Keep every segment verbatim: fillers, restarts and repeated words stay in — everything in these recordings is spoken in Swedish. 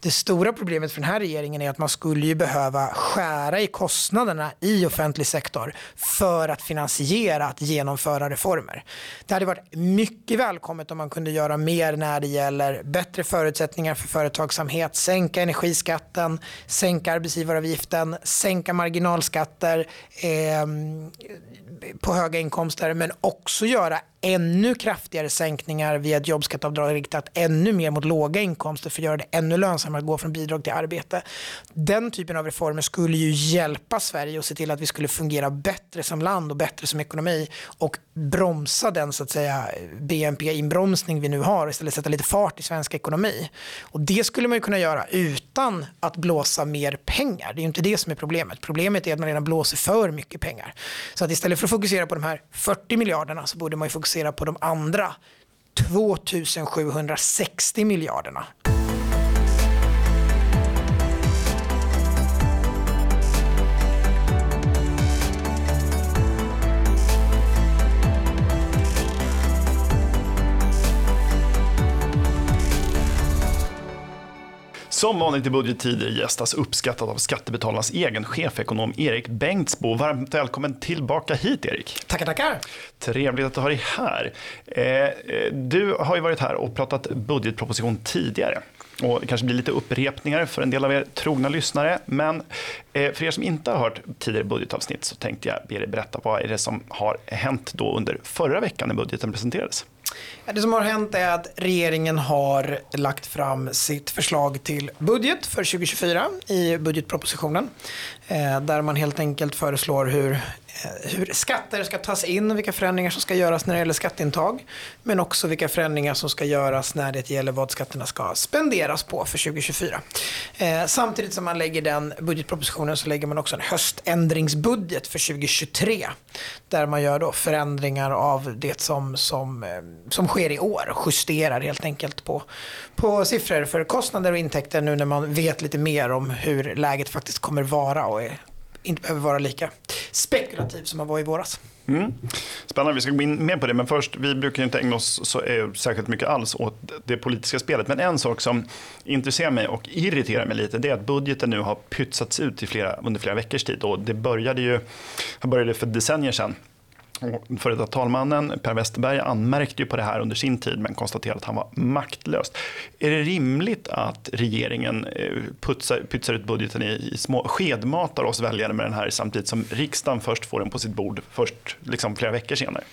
Det stora problemet för den här regeringen är att man skulle ju behöva skära i kostnaderna i offentlig sektor för att finansiera att genomföra reformer. Det hade varit mycket välkommet om man kunde göra mer när det gäller bättre förutsättningar för företagsamhet, sänka energiskatten, sänka arbetsgivaravgiften, sänka marginalskatter eh, på höga inkomster, men också göra ännu kraftigare sänkningar via ett jobbskatteavdrag riktat ännu mer mot låga inkomster för att göra det ännu lönsammare att gå från bidrag till arbete. Den typen av reformer skulle ju hjälpa Sverige och se till att vi skulle fungera bättre som land och bättre som ekonomi och bromsa den så att säga B N P-inbromsning vi nu har och istället sätta lite fart i svensk ekonomi. Och det skulle man ju kunna göra utan att blåsa mer pengar. Det är ju inte det som är problemet. Problemet är att man redan blåser för mycket pengar. Så att istället för att fokusera på de här fyrtio miljarderna så borde man ju fokusera på de andra tvåtusensjuhundrasextio miljarderna. Som vanligt i budgettider gästas uppskattat av Skattebetalarnas egen chefekonom Erik Bengtsbo. Varmt välkommen tillbaka hit, Erik. Tackar, tackar. Trevligt att du har dig här. Eh, du har ju varit här och pratat budgetproposition tidigare. Och det kanske blir lite upprepningar för en del av er trogna lyssnare. Men eh, för er som inte har hört tidigare budgetavsnitt så tänkte jag be dig berätta vad är det som har hänt då under förra veckan när budgeten presenterades. Ja, det som har hänt är att regeringen har lagt fram sitt förslag till budget för tjugo tjugofyra i budgetpropositionen. Eh, där man helt enkelt föreslår hur, eh, hur skatter ska tas in och vilka förändringar som ska göras när det gäller skatteintag. Men också vilka förändringar som ska göras när det gäller vad skatterna ska spenderas på för tjugo tjugofyra. Eh, samtidigt som man lägger den budgetpropositionen så lägger man också en höständringsbudget för tjugo tjugotre. Där man gör då förändringar av det som, som, som sker i år och justerar helt enkelt på, på siffror för kostnader och intäkter nu när man vet lite mer om hur läget faktiskt kommer vara och är, inte behöver vara lika spekulativ som man var i våras. Mm. Spännande, vi ska gå in mer på det, men först, vi brukar inte ägna oss så är särskilt mycket alls åt det politiska spelet, men en sak som intresserar mig och irriterar mig lite, det är att budgeten nu har pytsats ut i flera, under flera veckors tid och det började ju började för decennier sedan. Före detta talmannen Per Westerberg anmärkte ju på det här under sin tid men konstaterade att han var maktlös. Är det rimligt att regeringen putsar, pytsar ut budgeten i, i små skedmatar oss väljare med den här samtidigt som riksdagen först får den på sitt bord först liksom flera veckor senare?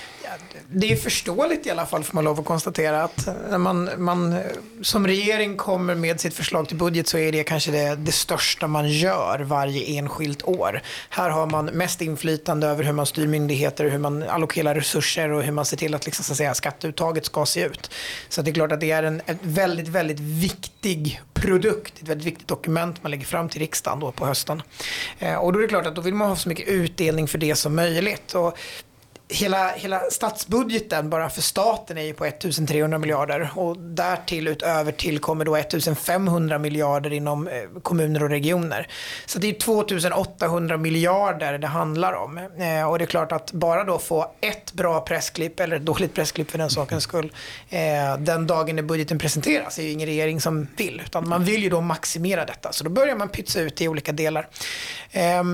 Det är förståeligt i alla fall får man lov att konstatera att när man, man som regering kommer med sitt förslag till budget så är det kanske det, det största man gör varje enskilt år. Här har man mest inflytande över hur man styr myndigheter, hur man allokerar resurser och hur man ser till att, liksom, så att säga, skatteuttaget ska se ut. Så det är klart att det är en, en väldigt, väldigt viktig produkt, ett väldigt viktigt dokument man lägger fram till riksdagen då på hösten. Eh, och då är det klart att då vill man ha så mycket utdelning för det som möjligt. Och Hela, hela statsbudgeten bara för staten är ju på ettusentrehundra miljarder och därtill utöver tillkommer då ettusenfemhundra miljarder inom eh, kommuner och regioner. Så det är tvåtusenåttahundra miljarder det handlar om. Eh, och det är klart att bara då få ett bra pressklipp eller ett dåligt pressklipp för den sakens skull eh, den dagen när budgeten presenteras är ju ingen regering som vill, utan man vill ju då maximera detta. Så då börjar man pytsa ut i olika delar. Eh,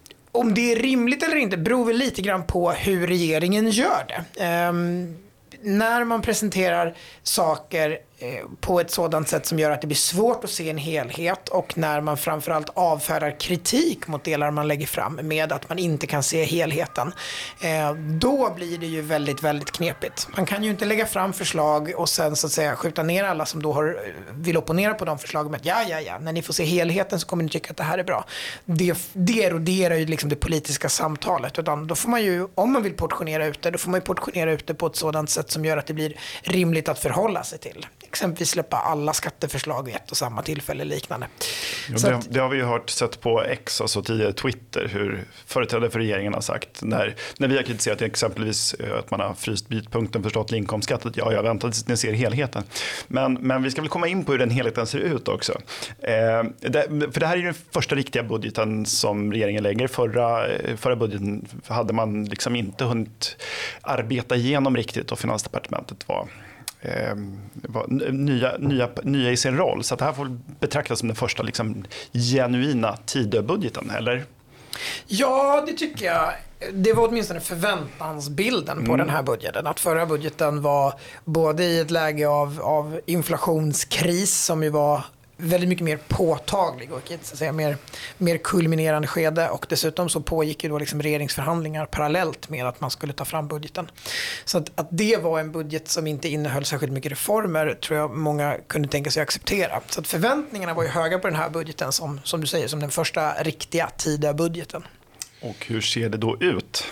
Om det är rimligt eller inte beror väl lite grann på hur regeringen gör det. Um, när man presenterar saker eh, på ett sådant sätt som gör att det blir svårt att se en helhet och när man framförallt avfärdar kritik mot delar man lägger fram med att man inte kan se helheten, eh, då blir det ju väldigt, väldigt knepigt. Man kan ju inte lägga fram förslag och sen så att säga skjuta ner alla som då har, vill opponera på de förslagen med att ja, ja, ja, när ni får se helheten så kommer ni tycka att det här är bra. Det, det eroderar ju liksom det politiska samtalet, utan då får man ju, om man vill portionera ut det, då får man ju portionera ut det på ett sådant sätt som gör att det blir rimligt att förhålla sig till. Exempelvis släppa alla skatteförslag i ett och samma tillfälle liknande. Ja, det, att, det har vi ju hört sett på X, alltså tidigare Twitter, hur företrädare för regeringen har sagt när, när vi har kritiserat exempelvis att man har fryst brytpunkten för statlig inkomstskatt, att ja, jag väntar tills ni ser helheten. Men, men vi ska väl komma in på hur den helheten ser ut också. Eh, det, för det här är ju den första riktiga budgeten som regeringen lägger. Förra, förra budgeten hade man liksom inte hunnit arbeta igenom riktigt och Finansdepartementet var eh, nya, nya, nya i sin roll. Så att det här får betraktas som den första liksom, genuina Tidöbudgeten, eller? Ja, det tycker jag. Det var åtminstone förväntansbilden på mm. den här budgeten. Att förra budgeten var både i ett läge av, av inflationskris som ju var väldigt mycket mer påtaglig och ett så att säga, mer, mer kulminerande skede, och dessutom så pågick ju då liksom regeringsförhandlingar parallellt med att man skulle ta fram budgeten. Så att, att det var en budget som inte innehöll särskilt mycket reformer tror jag många kunde tänka sig acceptera. Så att förväntningarna var ju höga på den här budgeten som, som du säger, som den första riktiga Tidö-budgeten. Och hur ser det då ut?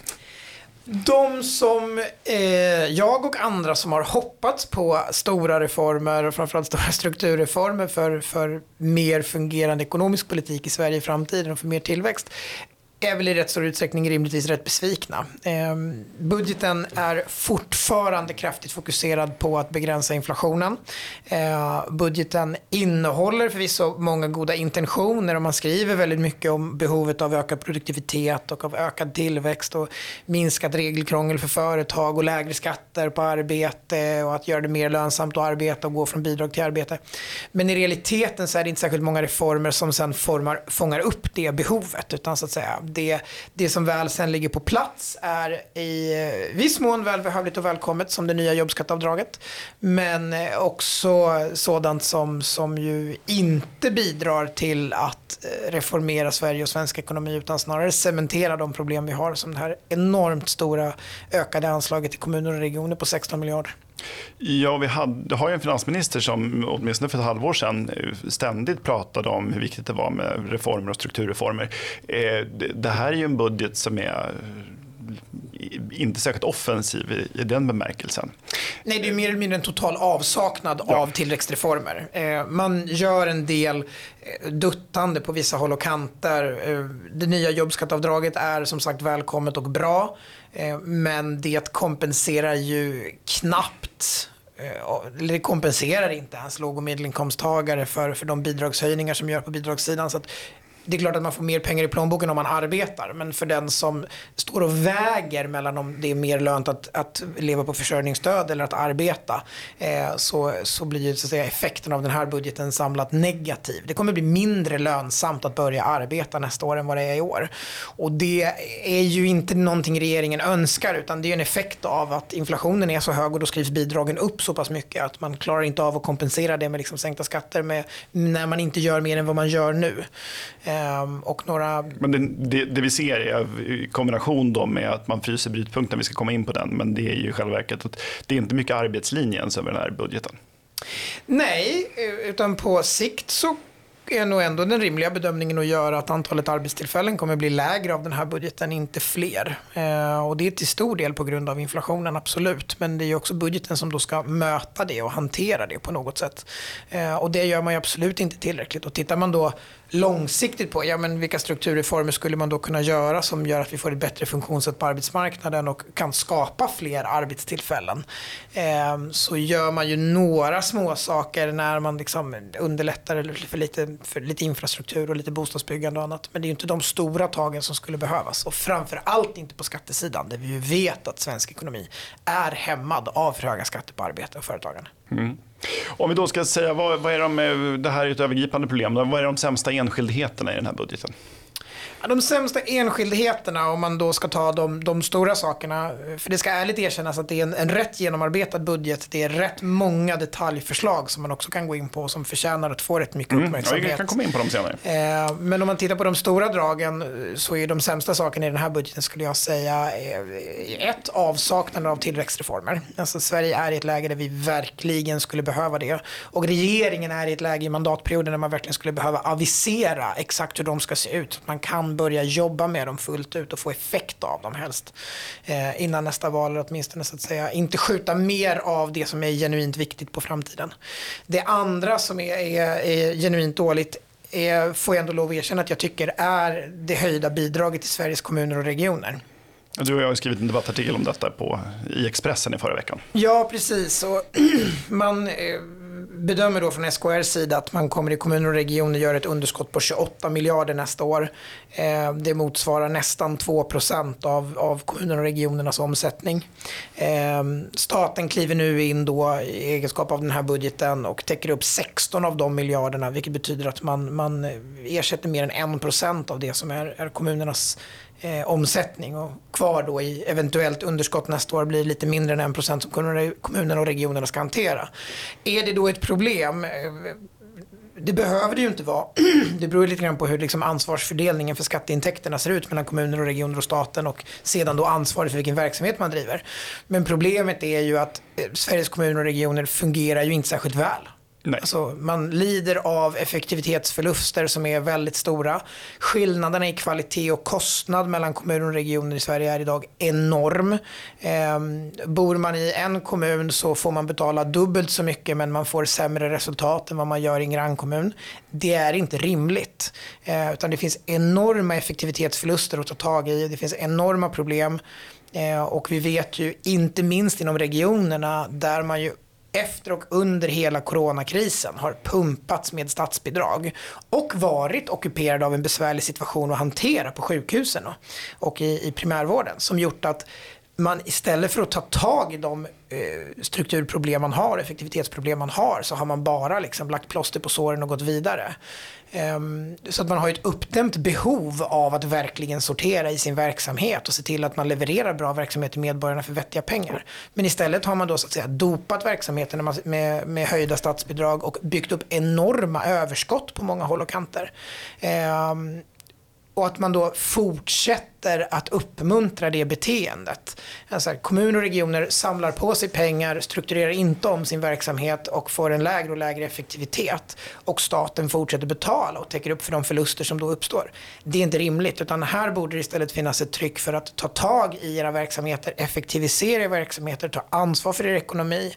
De som eh, jag och andra som har hoppats på stora reformer och framförallt stora strukturreformer för, för mer fungerande ekonomisk politik i Sverige i framtiden och för mer tillväxt är väl i rätt stor utsträckning rimligtvis rätt besvikna. Eh, budgeten är fortfarande kraftigt fokuserad på att begränsa inflationen. Eh, budgeten innehåller förvisso många goda intentioner och man skriver väldigt mycket om behovet av ökad produktivitet och av ökad tillväxt och minskat regelkrångel för företag och lägre skatter på arbete och att göra det mer lönsamt att arbeta och gå från bidrag till arbete. Men i realiteten så är det inte särskilt många reformer som sen formar, fångar upp det behovet, utan så att säga Det, det som väl sen ligger på plats är i viss mån välbehövligt och välkommet som det nya jobbskatteavdraget, men också sådant som, som ju inte bidrar till att reformera Sverige och svensk ekonomi utan snarare cementera de problem vi har, som det här enormt stora ökade anslaget till kommuner och regioner på sexton miljarder. Ja, vi hade, har ju en finansminister som åtminstone för ett halvår sedan ständigt pratade om hur viktigt det var med reformer och strukturreformer. Det här är ju en budget som är inte särskilt offensiv i, i den bemärkelsen. Nej, det är mer eller mindre en total avsaknad ja. av tillväxtreformer. Eh, man gör en del duttande på vissa håll och kanter. Eh, det nya jobbskatteavdraget är som sagt välkommet och bra, eh, men det kompenserar ju knappt det kompenserar inte ens låg- och medelinkomsttagare för, för de bidragshöjningar som gör på bidragssidan. Så att det är klart att man får mer pengar i plånboken om man arbetar, men för den som står och väger mellan om det är mer lönt att, att leva på försörjningsstöd eller att arbeta, eh, så, så blir ju så att säga effekten av den här budgeten samlat negativ. Det kommer bli mindre lönsamt att börja arbeta nästa år än vad det är i år. Och det är ju inte någonting regeringen önskar, utan det är en effekt av att inflationen är så hög och då skrivs bidragen upp så pass mycket att man klarar inte av att kompensera det med liksom sänkta skatter med, när man inte gör mer än vad man gör nu. Och några... Men det, det, det vi ser är i kombination då med att man fryser brytpunkten, vi ska komma in på den, men det är ju i själva verket att det är inte mycket arbetslinjen över den här budgeten. Nej, utan på sikt så är nog ändå den rimliga bedömningen att göra att antalet arbetstillfällen kommer bli lägre av den här budgeten, inte fler. Eh, och det är till stor del på grund av inflationen, absolut. Men det är också budgeten som då ska möta det och hantera det på något sätt. Eh, och det gör man ju absolut inte tillräckligt. Och tittar man då långsiktigt på ja, men vilka strukturreformer skulle man då kunna göra som gör att vi får ett bättre funktionssätt på arbetsmarknaden och kan skapa fler arbetstillfällen, eh, så gör man ju några små saker när man liksom underlättar för lite, för lite infrastruktur och lite bostadsbyggande och annat. Men det är ju inte de stora tagen som skulle behövas, och framför allt inte på skattesidan där vi ju vet att svensk ekonomi är hämmad av för höga skatter på arbete och företagande. Mm. Om vi då ska säga, vad, vad är de, det här är ett övergripande problem, vad är de sämsta enskildheterna i den här budgeten? De sämsta enskildheterna, om man då ska ta de, de stora sakerna, för det ska ärligt erkännas att det är en, en rätt genomarbetad budget. Det är rätt många detaljförslag som man också kan gå in på som förtjänar att få rätt mycket uppmärksamhet. Mm, ja, vi kan komma in på dem senare. Eh, men om man tittar på de stora dragen så är de sämsta sakerna i den här budgeten, skulle jag säga, eh, ett, avsaknad av tillväxtreformer. Alltså Sverige är i ett läge där vi verkligen skulle behöva det. Och regeringen är i ett läge i mandatperioden där man verkligen skulle behöva avisera exakt hur de ska se ut. Man kan börja jobba med dem fullt ut och få effekt av dem helst eh, innan nästa val, eller åtminstone så att säga inte skjuta mer av det som är genuint viktigt på framtiden. Det andra som är, är, är genuint dåligt är, får jag ändå lov att erkänna att jag tycker är det höjda bidraget till Sveriges kommuner och regioner. Du och jag har skrivit en debattartikel om detta på, i Expressen i förra veckan. Ja, precis. Och man... Eh, bedömer då från S K R:s sida att man kommer i kommuner och regioner göra ett underskott på tjugoåtta miljarder nästa år. Eh, det motsvarar nästan två procent av, av kommuner och regionernas omsättning. Eh, staten kliver nu in då i egenskap av den här budgeten och täcker upp sexton av de miljarderna, vilket betyder att man, man ersätter mer än en procent av det som är, är kommunernas Eh, omsättning, och kvar då i eventuellt underskott nästa år blir lite mindre än en procent som kommunerna och regionerna ska hantera. Är det då ett problem? Det behöver det ju inte vara. Det beror lite grann på hur liksom ansvarsfördelningen för skatteintäkterna ser ut mellan kommuner och regioner och staten, och sedan då ansvaret för vilken verksamhet man driver. Men problemet är ju att Sveriges kommuner och regioner fungerar ju inte särskilt väl. Alltså, man lider av effektivitetsförluster som är väldigt stora. Skillnaderna i kvalitet och kostnad mellan kommuner och regioner i Sverige är idag enorm. Eh, bor man i en kommun så får man betala dubbelt så mycket, men man får sämre resultat än vad man gör i en grannkommun. Det är inte rimligt. Eh, utan det finns enorma effektivitetsförluster att ta tag i. Det finns enorma problem. Eh, och vi vet ju inte minst inom regionerna där man ju efter och under hela coronakrisen har pumpats med statsbidrag och varit ockuperad av en besvärlig situation att hantera på sjukhusen och, och i, i primärvården, som gjort att man istället för att ta tag i de eh, strukturproblem man har, effektivitetsproblem man har, så har man bara liksom lagt plåster på såren och gått vidare. Um, så att man har ett uppdämt behov av att verkligen sortera i sin verksamhet och se till att man levererar bra verksamhet till medborgarna för vettiga pengar. Men istället har man då så att säga dopat verksamheten med, med, med höjda statsbidrag och byggt upp enorma överskott på många håll och kanter. Um, Och att man då fortsätter att uppmuntra det beteendet. Alltså, kommuner och regioner samlar på sig pengar, strukturerar inte om sin verksamhet och får en lägre och lägre effektivitet. Och staten fortsätter betala och täcker upp för de förluster som då uppstår. Det är inte rimligt, utan här borde det istället finnas ett tryck för att ta tag i era verksamheter, effektivisera era verksamheter, ta ansvar för er ekonomi.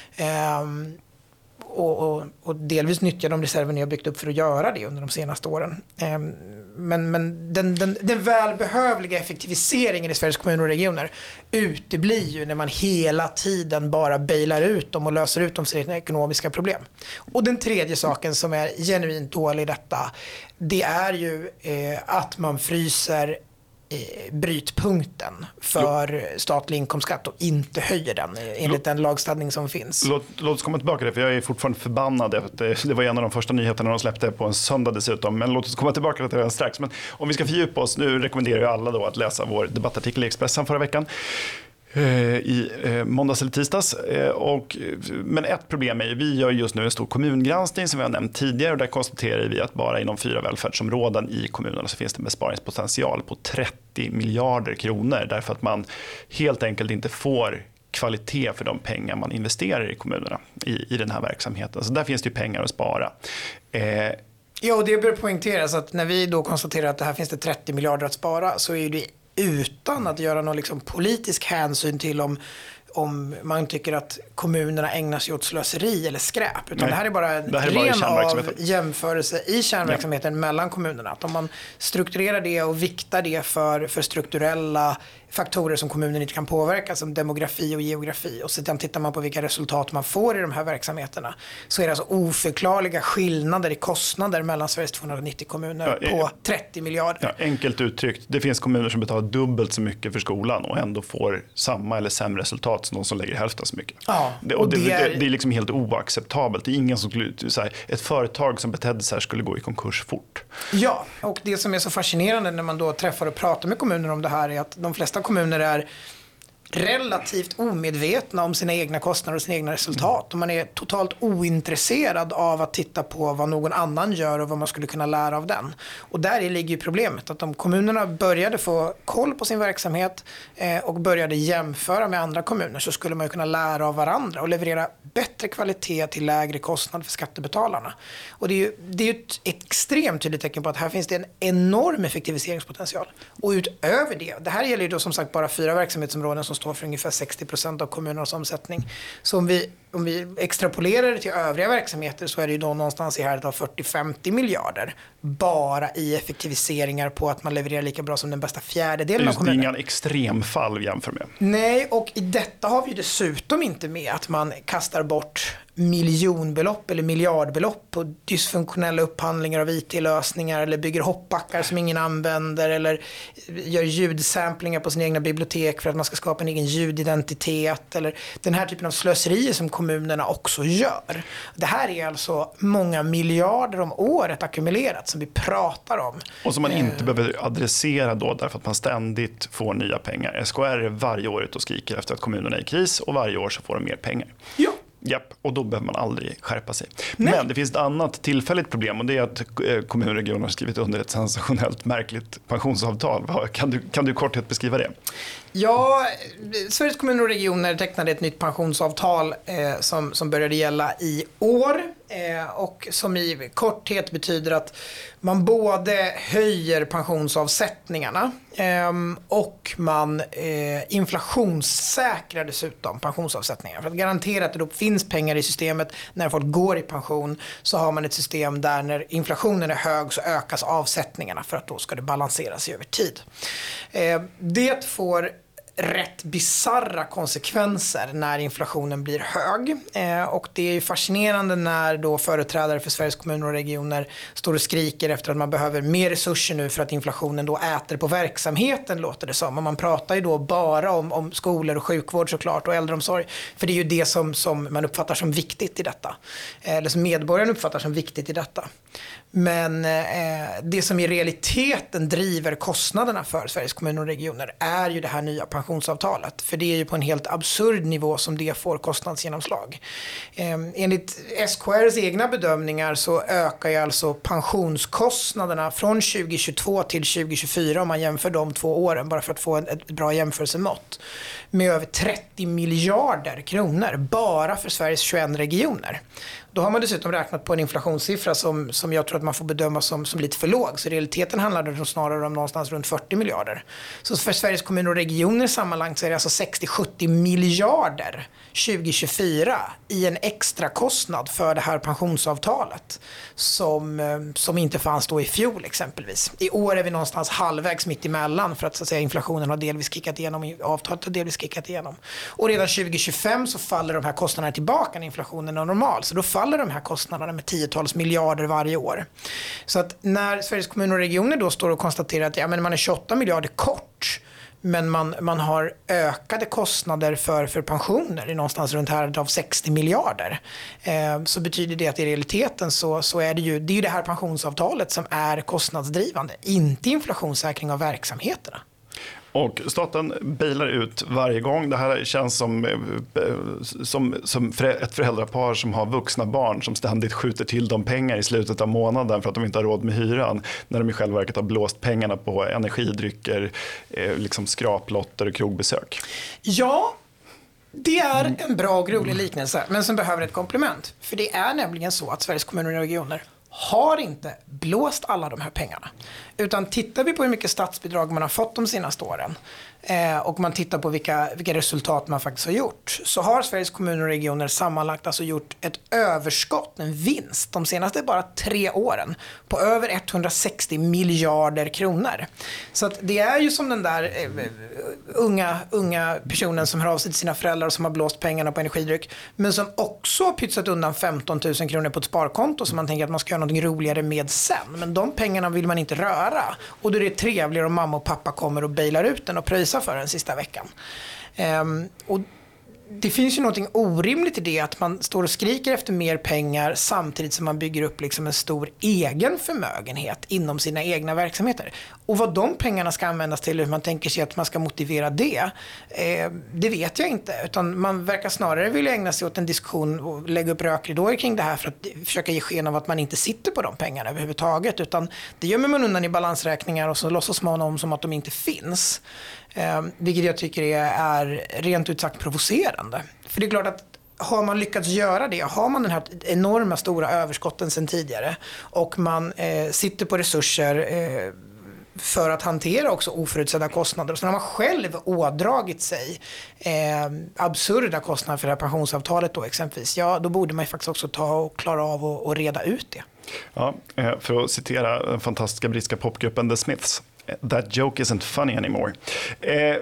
Um, Och, och, och delvis nyttja de reserver ni har byggt upp för att göra det under de senaste åren. Men, men den, den, den välbehövliga effektiviseringen i Sveriges kommuner och regioner uteblir ju när man hela tiden bara bailar ut dem och löser ut dem sina ekonomiska problem. Och den tredje saken som är genuint dålig i detta, det är ju eh, att man fryser brytpunkten för jo. statlig inkomstskatt och inte höjer den enligt låt, den lagstadning som finns. Låt, låt oss komma tillbaka till det, för jag är fortfarande förbannad. Det, det var en av de första nyheterna de släppte på en söndag dessutom, men låt oss komma tillbaka till det strax. Men om vi ska fördjupa oss, nu rekommenderar jag alla då att läsa vår debattartikel i Expressen förra veckan. I måndags eller tisdags. Och, men ett problem är ju, vi gör just nu en stor kommungranskning som vi har nämnt tidigare, och där konstaterar vi att bara inom fyra välfärdsområden i kommunerna så finns det en besparingspotential på trettio miljarder kronor, därför att man helt enkelt inte får kvalitet för de pengar man investerar i kommunerna i, i den här verksamheten. Så där finns det ju pengar att spara. Eh, Ja, och det bör poängteras att när vi då konstaterar att det här finns det trettio miljarder att spara, så är det utan att göra någon liksom politisk hänsyn till om, om man tycker att kommunerna ägnar sig åt slöseri eller skräp. Utan Nej, det här är bara en ren av jämförelse i kärnverksamheten ja. mellan kommunerna. Att om man strukturerar det och viktar det för, för strukturella faktorer som kommunen inte kan påverka, som demografi och geografi, och sedan tittar man på vilka resultat man får i de här verksamheterna, så är det alltså oförklarliga skillnader i kostnader mellan Sveriges tvåhundranittio kommuner ja, på trettio miljarder. Ja, enkelt uttryckt, det finns kommuner som betalar dubbelt så mycket för skolan och ändå får samma eller sämre resultat som de som lägger hälften så mycket. Ja, det, och det, det, är... det är liksom helt oacceptabelt. Det är ingen som skulle, så här, ett företag som betedde sig här skulle gå i konkurs fort. Ja, och det som är så fascinerande när man då träffar och pratar med kommuner om det här är att de flesta kommuner är relativt omedvetna om sina egna kostnader och sina egna resultat. Och man är totalt ointresserad av att titta på vad någon annan gör och vad man skulle kunna lära av den. Och där ligger ju problemet, att om kommunerna började få koll på sin verksamhet eh, och började jämföra med andra kommuner, så skulle man ju kunna lära av varandra och leverera bättre kvalitet till lägre kostnad för skattebetalarna. Och det är ju, det är ju ett extremt tydligt tecken på att här finns det en enorm effektiviseringspotential. Och utöver det, det här gäller ju då som sagt bara fyra verksamhetsområden som står för ungefär sextio procent av kommunernas omsättning. Så om vi om vi extrapolerar det till övriga verksamheter så är det ju då någonstans i här av fyrtio till femtio miljarder bara i effektiviseringar på att man levererar lika bra som den bästa fjärdedelen av kommunen. Det är inga extremfall vi jämför med. Nej, och i detta har vi ju dessutom inte med att man kastar bort miljonbelopp eller miljardbelopp på dysfunktionella upphandlingar av I T-lösningar eller bygger hoppbackar som ingen använder eller gör ljudsamplingar på sina egna bibliotek för att man ska skapa en egen ljudidentitet eller den här typen av slöserier som kommunerna också gör. Det här är alltså många miljarder om året ackumulerat som vi pratar om. Och som man inte eh. behöver adressera då därför att man ständigt får nya pengar. S K R är varje år ute och skriker efter att kommunerna är i kris och varje år så får de mer pengar. Ja. Japp, och då behöver man aldrig skärpa sig. Nej. Men det finns ett annat tillfälligt problem och det är att kommuner och regioner har skrivit under ett sensationellt märkligt pensionsavtal. Kan du, kan du korthet beskriva det? Ja, Sveriges kommuner och regioner tecknade ett nytt pensionsavtal eh, som, som började gälla i år eh, och som i korthet betyder att man både höjer pensionsavsättningarna eh, och man eh, inflationssäkrar dessutom pensionsavsättningar. För att garantera att det då finns pengar i systemet när folk går i pension så har man ett system där när inflationen är hög så ökas avsättningarna för att då ska det balanseras över tid. Eh, det får rätt bizarra konsekvenser när inflationen blir hög. Eh, och det är ju fascinerande när då företrädare för Sveriges kommuner och regioner står och skriker efter att man behöver mer resurser nu för att inflationen då äter på verksamheten, låter det som. Och man pratar ju då bara om, om skolor och sjukvård såklart och äldreomsorg. För det är ju det som, som man uppfattar som viktigt i detta. Eh, eller som medborgarna uppfattar som viktigt i detta. Men eh, det som i realiteten driver kostnaderna för Sveriges kommuner och regioner är ju det här nya pensionsavtalet. För det är ju på en helt absurd nivå som det får kostnadsgenomslag. Eh, enligt S K R:s egna bedömningar så ökar ju alltså pensionskostnaderna från tjugo tjugotvå till tjugo tjugofyra om man jämför de två åren bara för att få ett bra jämförelsemått med över trettio miljarder kronor bara för Sveriges tjugoett regioner. Då har man dessutom räknat på en inflationssiffra som, som jag tror att man får bedöma som, som lite för låg. Så i realiteten handlar det snarare om någonstans runt fyrtio miljarder. Så för Sveriges kommuner och regioner sammanlagt så är det alltså sextio till sjuttio miljarder tjugo tjugofyra i en extra kostnad för det här pensionsavtalet som, som inte fanns då i fjol exempelvis. I år är vi någonstans halvvägs mitt emellan för att, så att säga, inflationen har delvis kickat igenom, avtalet har delvis kickat igenom. Och redan tjugo tjugofem så faller de här kostnaderna tillbaka när inflationen är normal. Så då faller de här kostnaderna med tiotals miljarder varje år. Så att när Sveriges kommuner och regioner då står och konstaterar att ja, men man är tjugoåtta miljarder kort men man, man har ökade kostnader för, för pensioner i någonstans runt här av sextio miljarder. Eh, så betyder det att i realiteten så, så är det ju det, är ju det här pensionsavtalet som är kostnadsdrivande, inte inflationssäkring av verksamheterna. Och staten bailar ut varje gång. Det här känns som, som, som ett föräldrapar som har vuxna barn som ständigt skjuter till dem pengar i slutet av månaden för att de inte har råd med hyran. När de i själva verket har blåst pengarna på energidrycker, liksom skraplotter och krogbesök. Ja, det är en bra och rolig liknelse, men som behöver ett komplement. För det är nämligen så att Sveriges kommuner och regioner har inte blåst alla de här pengarna. Utan tittar vi på hur mycket statsbidrag man har fått de senaste åren eh, och man tittar på vilka, vilka resultat man faktiskt har gjort, så har Sveriges kommuner och regioner sammanlagt alltså gjort ett överskott, en vinst de senaste bara tre åren på över etthundrasextio miljarder kronor. Så att det är ju som den där eh, unga, unga personen som hör av sig till sina föräldrar och som har blåst pengarna på energidryck, men som också har pytsat undan femton tusen kronor på ett sparkonto som man tänker att man ska göra något roligare med sen. Men de pengarna vill man inte röra. Och då är det trevligare om mamma och pappa kommer och bailar ut den och pröjsar för den sista veckan. Um, och det finns ju något orimligt i det att man står och skriker efter mer pengar samtidigt som man bygger upp liksom en stor egen förmögenhet inom sina egna verksamheter. Och vad de pengarna ska användas till, hur man tänker sig att man ska motivera det, eh, det vet jag inte. Utan man verkar snarare vilja ägna sig åt en diskussion och lägga upp rökridåer kring det här för att försöka ge sken av att man inte sitter på de pengarna överhuvudtaget. Utan det gömmer man undan i balansräkningar och så låtsas man om som att de inte finns. Eh, vilket jag tycker är, är rent ut sagt provocerande. För det är klart att har man lyckats göra det, har man den här enorma stora överskotten sedan tidigare och man eh, sitter på resurser eh, för att hantera också oförutsedda kostnader. Så när man själv ådragit sig eh, absurda kostnader för det här pensionsavtalet då exempelvis, ja då borde man ju faktiskt också ta och klara av och, och reda ut det. Ja, för att citera den fantastiska brittiska popgruppen The Smiths. That joke isn't funny anymore. Eh,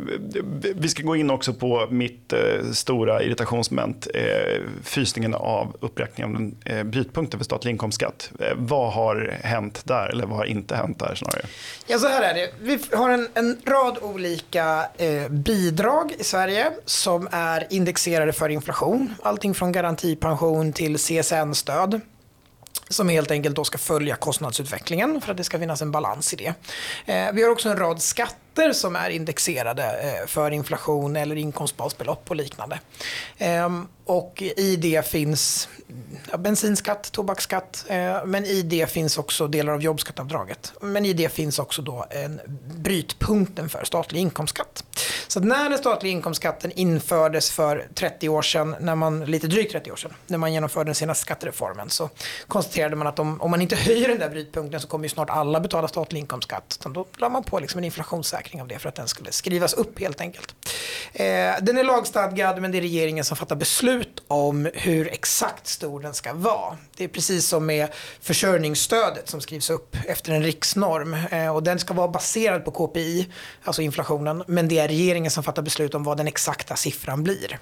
vi ska gå in också på mitt eh, stora irritationsmoment. Eh, fysningen av uppräkningen av den eh, brytpunkten för statlig inkomstskatt. Eh, vad har hänt där eller vad har inte hänt där snarare? Ja, så här är det. Vi har en, en rad olika eh, bidrag i Sverige som är indexerade för inflation. Allting från garantipension till C S N-stöd. Som helt enkelt då ska följa kostnadsutvecklingen för att det ska finnas en balans i det. Eh, vi har också en rad skatter som är indexerade eh, för inflation eller inkomstbasbelopp och liknande. Eh, och i det finns ja, bensinskatt, tobaksskatt, eh, men i det finns också delar av jobbskattavdraget. Men i det finns också då en brytpunkten för statlig inkomstskatt. Så att när den statliga inkomstskatten infördes för trettio år sedan, när man, lite drygt trettio år sedan, när man genomförde den senaste skattereformen, så konstaterade man att om, om man inte höjer den där brytpunkten så kommer ju snart alla betala statlig inkomstskatt. Så då la man på liksom en inflationssäkring av det för att den skulle skrivas upp helt enkelt. Eh, den är lagstadgad, men det är regeringen som fattar beslut om hur exakt stor den ska vara. Det är precis som med försörjningsstödet som skrivs upp efter en riksnorm. Eh, och den ska vara baserad på K P I, alltså inflationen, men det är regeringen som fattar beslut om vad den exakta siffran blir.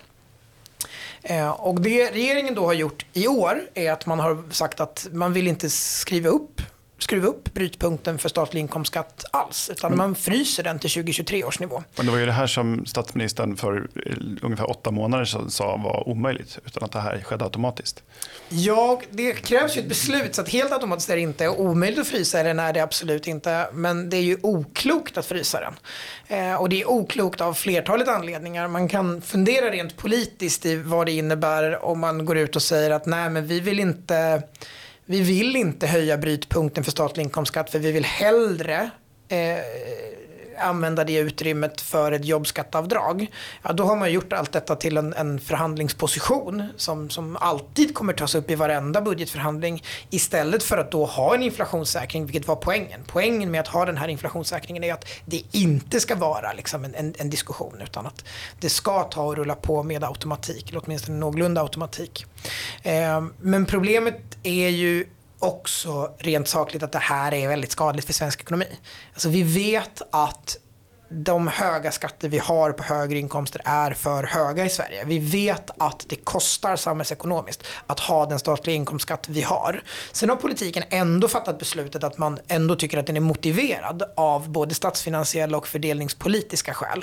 Eh, och det regeringen då har gjort i år är att man har sagt att man vill inte skriva upp skruva upp brytpunkten för statlig inkomstskatt alls, utan mm. man fryser den till tjugo tjugotre års nivå. Men det var ju det här som statsministern för ungefär åtta månader sedan sa var omöjligt, utan att det här skedde automatiskt. Ja, det krävs ju ett beslut, så att helt automatiskt är det inte omöjligt att frysa den, är det absolut inte, men det är ju oklokt att frysa den. Eh, och det är oklokt av flertalet anledningar. Man kan fundera rent politiskt i vad det innebär om man går ut och säger att nej, men vi vill inte Vi vill inte höja brytpunkten för statlig inkomstskatt, för vi vill hellre eh, använda det utrymmet för ett jobbskattavdrag. Ja, då har man gjort allt detta till en, en förhandlingsposition som, som alltid kommer tas upp i varenda budgetförhandling, istället för att då ha en inflationssäkring, vilket var poängen. Poängen med att ha den här inflationssäkringen är att det inte ska vara liksom en, en, en diskussion, utan att det ska ta och rulla på med automatik, eller åtminstone någorlunda automatik. Eh, men problemet är ju också rent sakligt att det här är väldigt skadligt för svensk ekonomi. Alltså vi vet att de höga skatter vi har på högre inkomster är för höga i Sverige. Vi vet att det kostar samhällsekonomiskt att ha den statliga inkomstskatt vi har. Sen har politiken ändå fattat beslutet att man ändå tycker att den är motiverad av både statsfinansiella och fördelningspolitiska skäl.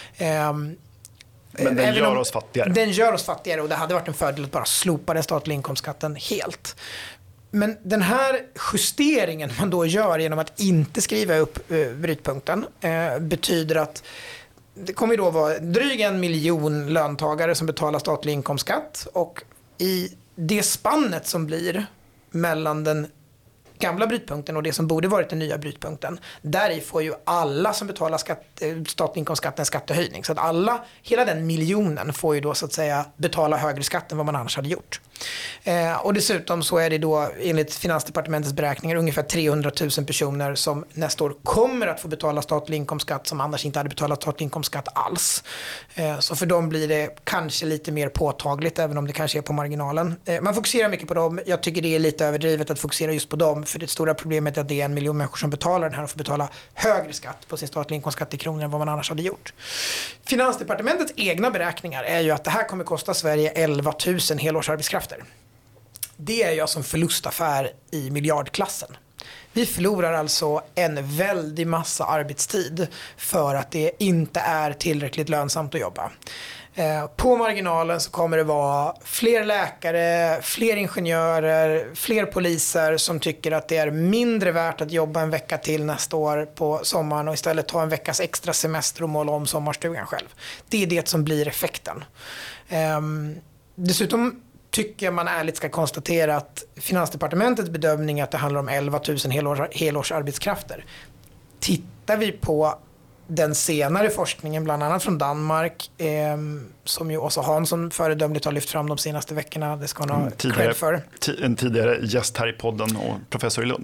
Um, Men den gör oss fattigare. Den gör oss fattigare, och det hade varit en fördel att bara slopa den statliga inkomstskatten helt. Men den här justeringen man då gör genom att inte skriva upp eh, brytpunkten eh, betyder att det kommer då vara drygt en miljon löntagare som betalar statlig inkomstskatt, och i det spannet som blir mellan den gamla brytpunkten och det som borde varit den nya brytpunkten, där får ju alla som betalar skatt, statlig inkomstskatt en skattehöjning. Så att alla, hela den miljonen får ju då så att säga betala högre skatt än vad man annars hade gjort. Eh, och dessutom så är det då enligt Finansdepartementets beräkningar ungefär trehundratusen personer som nästa år kommer att få betala statlig inkomstskatt som annars inte hade betalat statlig inkomstskatt alls. Eh, så för dem blir det kanske lite mer påtagligt, även om det kanske är på marginalen. Eh, man fokuserar mycket på dem. Jag tycker det är lite överdrivet att fokusera just på dem, för det stora problemet är att det är en miljon människor som betalar den här och får betala högre skatt på sin statliga inkomstskatt i kronor än vad man annars hade gjort. Finansdepartementets egna beräkningar är ju att det här kommer kosta Sverige elva tusen helårsarbetskrafter. Det är ju alltså en förlustaffär i miljardklassen. Vi förlorar alltså en väldig massa arbetstid för att det inte är tillräckligt lönsamt att jobba. På marginalen så kommer det vara fler läkare, fler ingenjörer, fler poliser som tycker att det är mindre värt att jobba en vecka till nästa år på sommaren och istället ta en veckas extra semester och måla om sommarstugan själv. Det är det som blir effekten. Dessutom tycker jag man ärligt ska konstatera att Finansdepartementets bedömning är att det handlar om elva tusen helårs, helårsarbetskrafter. Tittar vi på den senare forskningen, bland annat från Danmark, eh, som ju också Hansson föredömligt har lyft fram de senaste veckorna, det ska han ha cred för. En tidigare gäst här i podden och professor i Lund.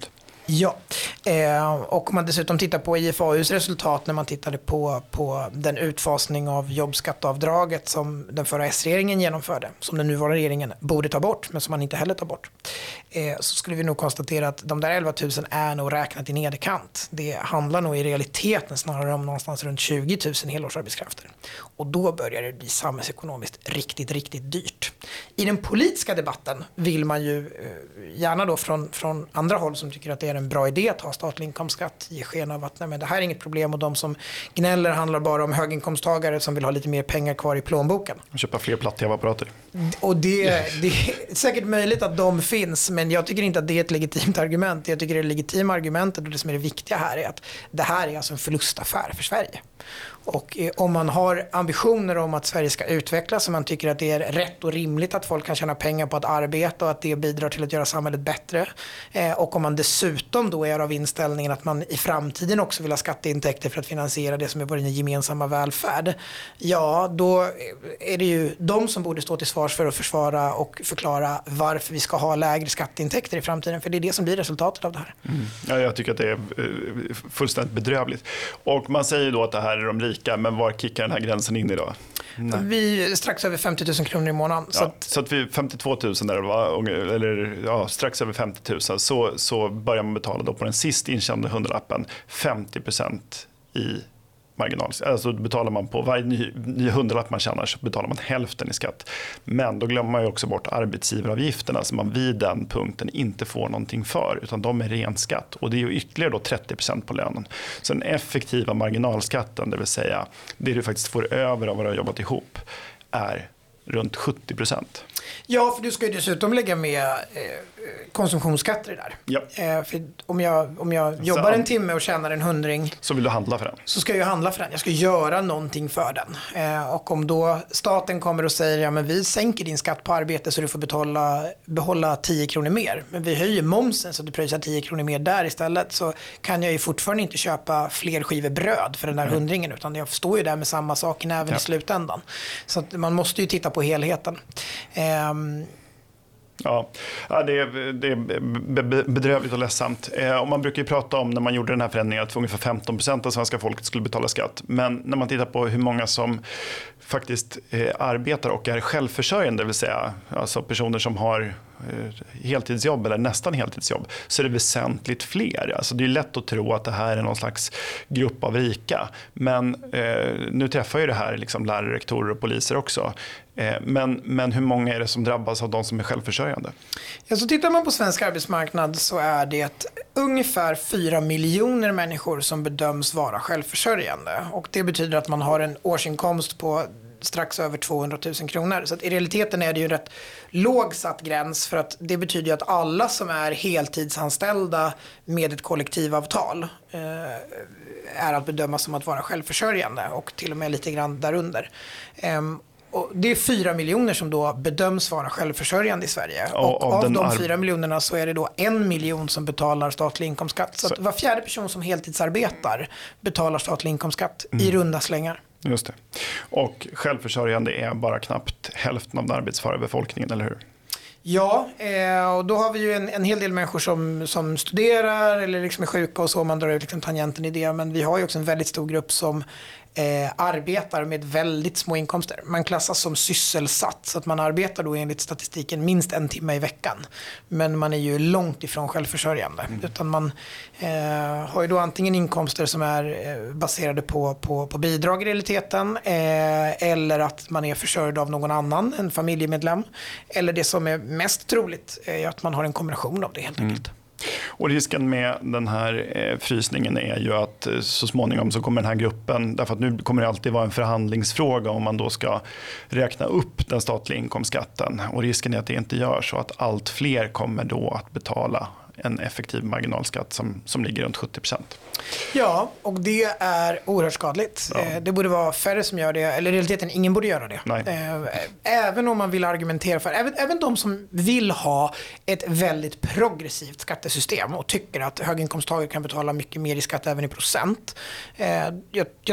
Ja, eh, och om man dessutom tittar på I F A U:s resultat när man tittade på, på den utfasning av jobbskatteavdraget som den förra S-regeringen genomförde, som den nuvarande regeringen borde ta bort, men som man inte heller tar bort, eh, så skulle vi nog konstatera att de där elva tusen är nog räknat i nederkant. Det handlar nog i realiteten snarare om någonstans runt tjugo tusen helårsarbetskrafter. Och då börjar det bli samhällsekonomiskt riktigt, riktigt dyrt. I den politiska debatten vill man ju eh, gärna då från, från andra håll som tycker att det är en bra idé att ha statlig inkomstskatt, ge sken av att nej, men det här är inget problem, och de som gnäller handlar bara om höginkomsttagare som vill ha lite mer pengar kvar i plånboken. Köpa fler platt-tv-apparater. Och det, det är säkert möjligt att de finns, men jag tycker inte att det är ett legitimt argument. Jag tycker det legitima argumentet och det som är det viktiga här är att det här är alltså en förlustaffär för Sverige. Och eh, om man har ambitioner om att Sverige ska utvecklas och man tycker att det är rätt och rimligt att folk kan tjäna pengar på att arbeta och att det bidrar till att göra samhället bättre, eh, och om man dessutom då är av inställningen att man i framtiden också vill ha skatteintäkter för att finansiera det som är vår gemensamma välfärd, ja, då är det ju de som borde stå till svars för att försvara och förklara varför vi ska ha lägre skatteintäkter i framtiden, för det är det som blir resultatet av det här. Mm. Ja, jag tycker att det är fullständigt bedrövligt. Och man säger då att det här är de rika, men var kickar den här gränsen in idag? Nej. Vi är strax över femtio tusen kronor i månaden. Ja, så att... så att vi femtiotvå tusen där, va? Eller ja, strax över femtio tusen, så, så börjar man betala då på den sist intjänade hundralappen femtio procent i marginal. Alltså betalar man på varje ny, ny hundralapp man tjänar så betalar man hälften i skatt. Men då glömmer man ju också bort arbetsgivaravgifterna som man vid den punkten inte får någonting för, utan de är ren skatt. Och det är ju ytterligare då trettio procent på lönen. Så den effektiva marginalskatten, det vill säga det du faktiskt får över av vad du har jobbat ihop, är runt sjuttio procent. Ja, för du ska ju dessutom lägga med eh, konsumtionsskatter i där. Ja. Eh, för om jag, om jag jobbar en timme och tjänar en hundring, så vill du handla för den. Så ska jag handla för den. Jag ska göra någonting för den. Eh, och om då staten kommer och säger ja, men vi sänker din skatt på arbete så du får betala, behålla tio kronor mer. Men vi höjer momsen så du pröjsar tio kronor mer där istället, så kan jag ju fortfarande inte köpa fler skivor bröd för den där mm. hundringen, utan jag står ju där med samma sak även ja. i slutändan. Så att man måste ju titta på helheten. Eh, Ja, det är, det är bedrövligt och ledsamt. Och man brukar ju prata om när man gjorde den här förändringen att ungefär femton procent av svenska folket skulle betala skatt. Men när man tittar på hur många som faktiskt arbetar och är självförsörjande, det vill säga alltså personer som har heltidsjobb eller nästan heltidsjobb, så är det väsentligt fler. Alltså det är lätt att tro att det här är någon slags grupp av rika. Men eh, nu träffar ju det här liksom lärare, rektorer och poliser också. Eh, men, men hur många är det som drabbas av de som är självförsörjande? Ja, så tittar man på svensk arbetsmarknad så är det ungefär fyra miljoner människor som bedöms vara självförsörjande. Och det betyder att man har en årsinkomst på strax över tvåhundratusen kronor. Så att i realiteten är det ju en rätt låg satt gräns, för att det betyder ju att alla som är heltidsanställda med ett kollektivavtal eh, är att bedöma som att vara självförsörjande, och till och med lite grann därunder. Eh, och det är fyra miljoner som då bedöms vara självförsörjande i Sverige. Och, och av, av de fyra miljonerna så är det då en miljon som betalar statlig inkomstskatt. Så, så. Att var fjärde person som heltidsarbetar betalar statlig inkomstskatt mm. i runda slängar. Just det. Och självförsörjande är bara knappt hälften av den arbetsföra befolkningen, eller hur? Ja, eh, och då har vi ju en, en hel del människor som, som studerar eller liksom är sjuka och så, man drar ut liksom tangenten i det. Men vi har ju också en väldigt stor grupp som eh, arbetar med väldigt små inkomster. Man klassas som sysselsatt, så att man arbetar då enligt statistiken minst en timme i veckan. Men man är ju långt ifrån självförsörjande. Mm. Utan man eh, har ju då antingen inkomster som är eh, baserade på, på, på bidrag i realiteten, eh, eller att man är försörjd av någon annan, en familjemedlem. Eller det som är mest troligt är att man har en kombination av det helt enkelt. Mm. Och risken med den här eh, frysningen är ju att eh, så småningom så kommer den här gruppen, därför att nu kommer det alltid vara en förhandlingsfråga om man då ska räkna upp den statliga inkomstskatten, och risken är att det inte gör så, att allt fler kommer då att betala en effektiv marginalskatt som, som ligger runt sjuttio procent. Ja, och det är oerhört skadligt. Ja. Det borde vara färre som gör det, eller i realiteten ingen borde göra det. Nej. Även om man vill argumentera för, även, även de som vill ha ett väldigt progressivt skattesystem och tycker att höginkomsttagare kan betala mycket mer i skatt även i procent. Jag, jag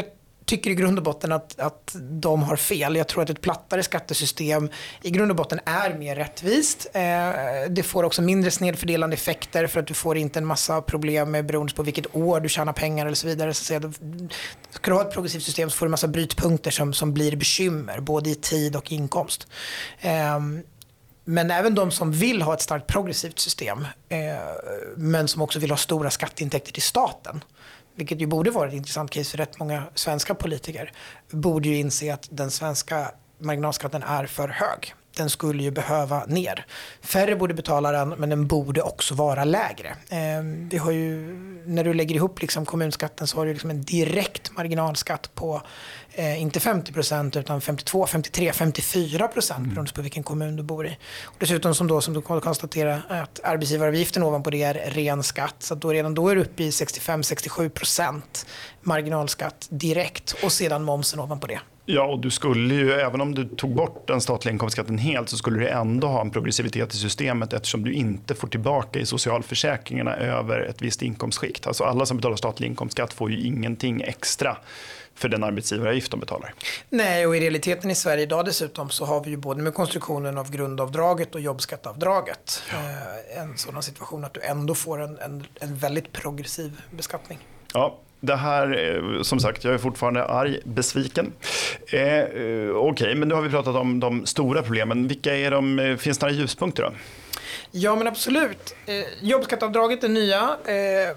tycker i grund och botten att, att de har fel. Jag tror att ett plattare skattesystem i grund och botten är mer rättvist. Eh, det får också mindre snedfördelande effekter för att du får inte en massa problem med beroende på vilket år du tjänar pengar eller så vidare. Så att säga, ska du ha ett progressivt system så får du en massa brytpunkter som, som blir bekymmer både i tid och inkomst. Eh, Men även de som vill ha ett starkt progressivt system eh, men som också vill ha stora skatteintäkter till staten, vilket ju borde vara ett intressant case för rätt många svenska politiker, borde ju inse att den svenska marginalskatten är för hög. Den skulle ju behöva ner. Färre borde betala den, men den borde också vara lägre. Eh, vi har ju, när du lägger ihop liksom kommunskatten så har du liksom en direkt marginalskatt på eh, inte femtio procent utan femtiotvå, femtiotre, femtiofyra procent mm. beroende på vilken kommun du bor i. Och dessutom som, då, som du kan konstatera att arbetsgivaravgiften ovanpå det är ren skatt. Så att då redan då är du uppe i sextiofem till sextiosju procent marginalskatt direkt och sedan momsen ovanpå det. Ja, och du skulle ju, även om du tog bort den statliga inkomstskatten helt så skulle du ändå ha en progressivitet i systemet eftersom du inte får tillbaka i socialförsäkringarna över ett visst inkomstskikt. Alltså alla som betalar statlig inkomstskatt får ju ingenting extra för den arbetsgivaravgift de betalar. Nej, och i realiteten i Sverige idag dessutom så har vi ju både med konstruktionen av grundavdraget och jobbskatteavdraget ja. eh, en sådan situation att du ändå får en, en, en väldigt progressiv beskattning. Ja. Det här, som sagt, jag är fortfarande arg, besviken. Eh, Okej, okay, men nu har vi pratat om de stora problemen. Vilka är de, finns det några ljuspunkter då? Ja, men absolut. Eh, jobbskatteavdraget, det nya, eh,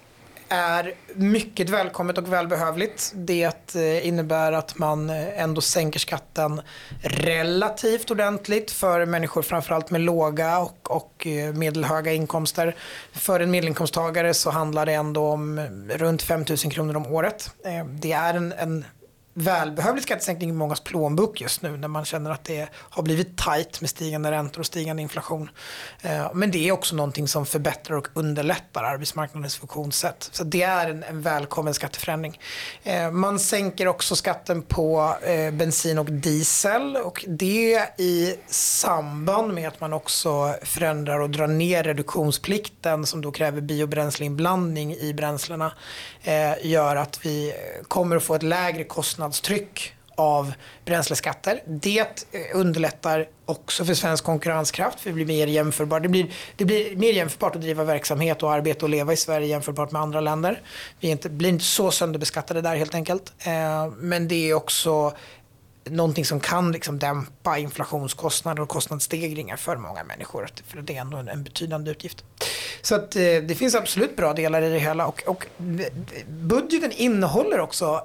är mycket välkommet och välbehövligt. Det innebär att man ändå sänker skatten relativt ordentligt för människor framförallt med låga och, och medelhöga inkomster. För en medelinkomsttagare så handlar det ändå om runt fem tusen kronor om året. Det är en, en välbehövlig skattesänkning i mångas plånbok just nu när man känner att det har blivit tajt med stigande räntor och stigande inflation. Men det är också någonting som förbättrar och underlättar arbetsmarknadens funktionssätt. Så det är en, en välkommen skatteförändring. Man sänker också skatten på bensin och diesel och det i samband med att man också förändrar och drar ner reduktionsplikten som då kräver biobränsleinblandning i bränslena gör att vi kommer att få ett lägre kostnadstryck av bränsleskatter. Det underlättar också för svensk konkurrenskraft. För det blir mer jämförbart. Det blir, det blir mer jämförbart att driva verksamhet och arbeta och leva i Sverige jämförbart med andra länder. Vi inte, blir inte så sönderbeskattade där helt enkelt. Eh, men det är också någonting som kan liksom dämpa inflationskostnader och kostnadsstegringar för många människor. För det är ändå en, en betydande utgift. Så att, eh, det finns absolut bra delar i det hela. Och, och budgeten innehåller också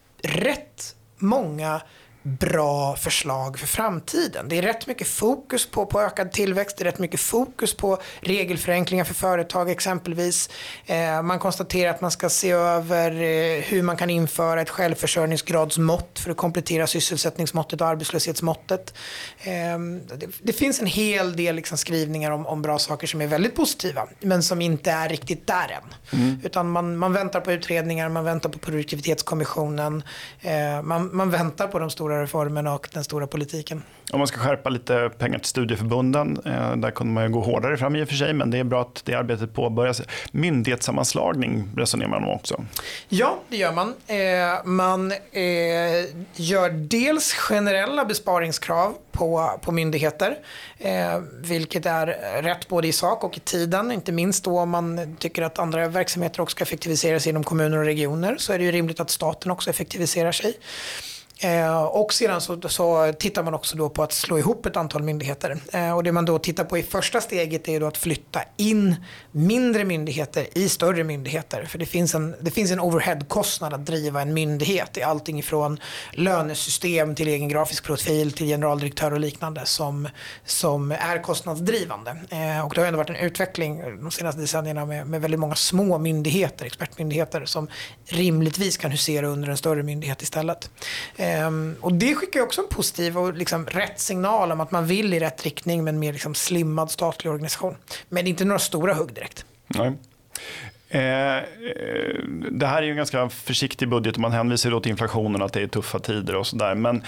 rätt många bra förslag för framtiden. Det är rätt mycket fokus på, på ökad tillväxt, det är rätt mycket fokus på regelförenklingar för företag exempelvis. Eh, man konstaterar att man ska se över eh, hur man kan införa ett självförsörjningsgradsmått för att komplettera sysselsättningsmåttet och arbetslöshetsmåttet. Eh, det, det finns en hel del liksom, skrivningar om, om bra saker som är väldigt positiva men som inte är riktigt där än. Mm. Utan man, man väntar på utredningar, man väntar på produktivitetskommissionen, eh, man, man väntar på de stora reformerna och den stora politiken. Om man ska skärpa lite pengar till studieförbunden, eh, där kommer man ju gå hårdare fram i och för sig, men det är bra att det arbetet påbörjas. Myndighetssammanslagning resonerar man om också. Ja, det gör man. Eh, man eh, gör dels generella besparingskrav på, på myndigheter, eh, vilket är rätt både i sak och i tiden. Inte minst då om man tycker att andra verksamheter också ska effektiviseras inom kommuner och regioner så är det ju rimligt att staten också effektiviserar sig. Eh, och sedan så, så tittar man också då på att slå ihop ett antal myndigheter. Eh, och det man då tittar på i första steget är då att flytta in mindre myndigheter i större myndigheter. För det finns en, det finns en overheadkostnad att driva en myndighet. Det är allting ifrån lönesystem till egen grafisk profil till generaldirektör och liknande som, som är kostnadsdrivande. Eh, och det har ändå varit en utveckling de senaste decennierna med, med väldigt många små myndigheter, expertmyndigheter som rimligtvis kan husera under en större myndighet istället. Um, och det skickar ju också en positiv och liksom rätt signal om att man vill i rätt riktning med en mer liksom slimmad statlig organisation. Men inte några stora hugg direkt. Nej. Eh, det här är ju en ganska försiktig budget och man hänvisar då till inflationen att det är tuffa tider och sådär. Men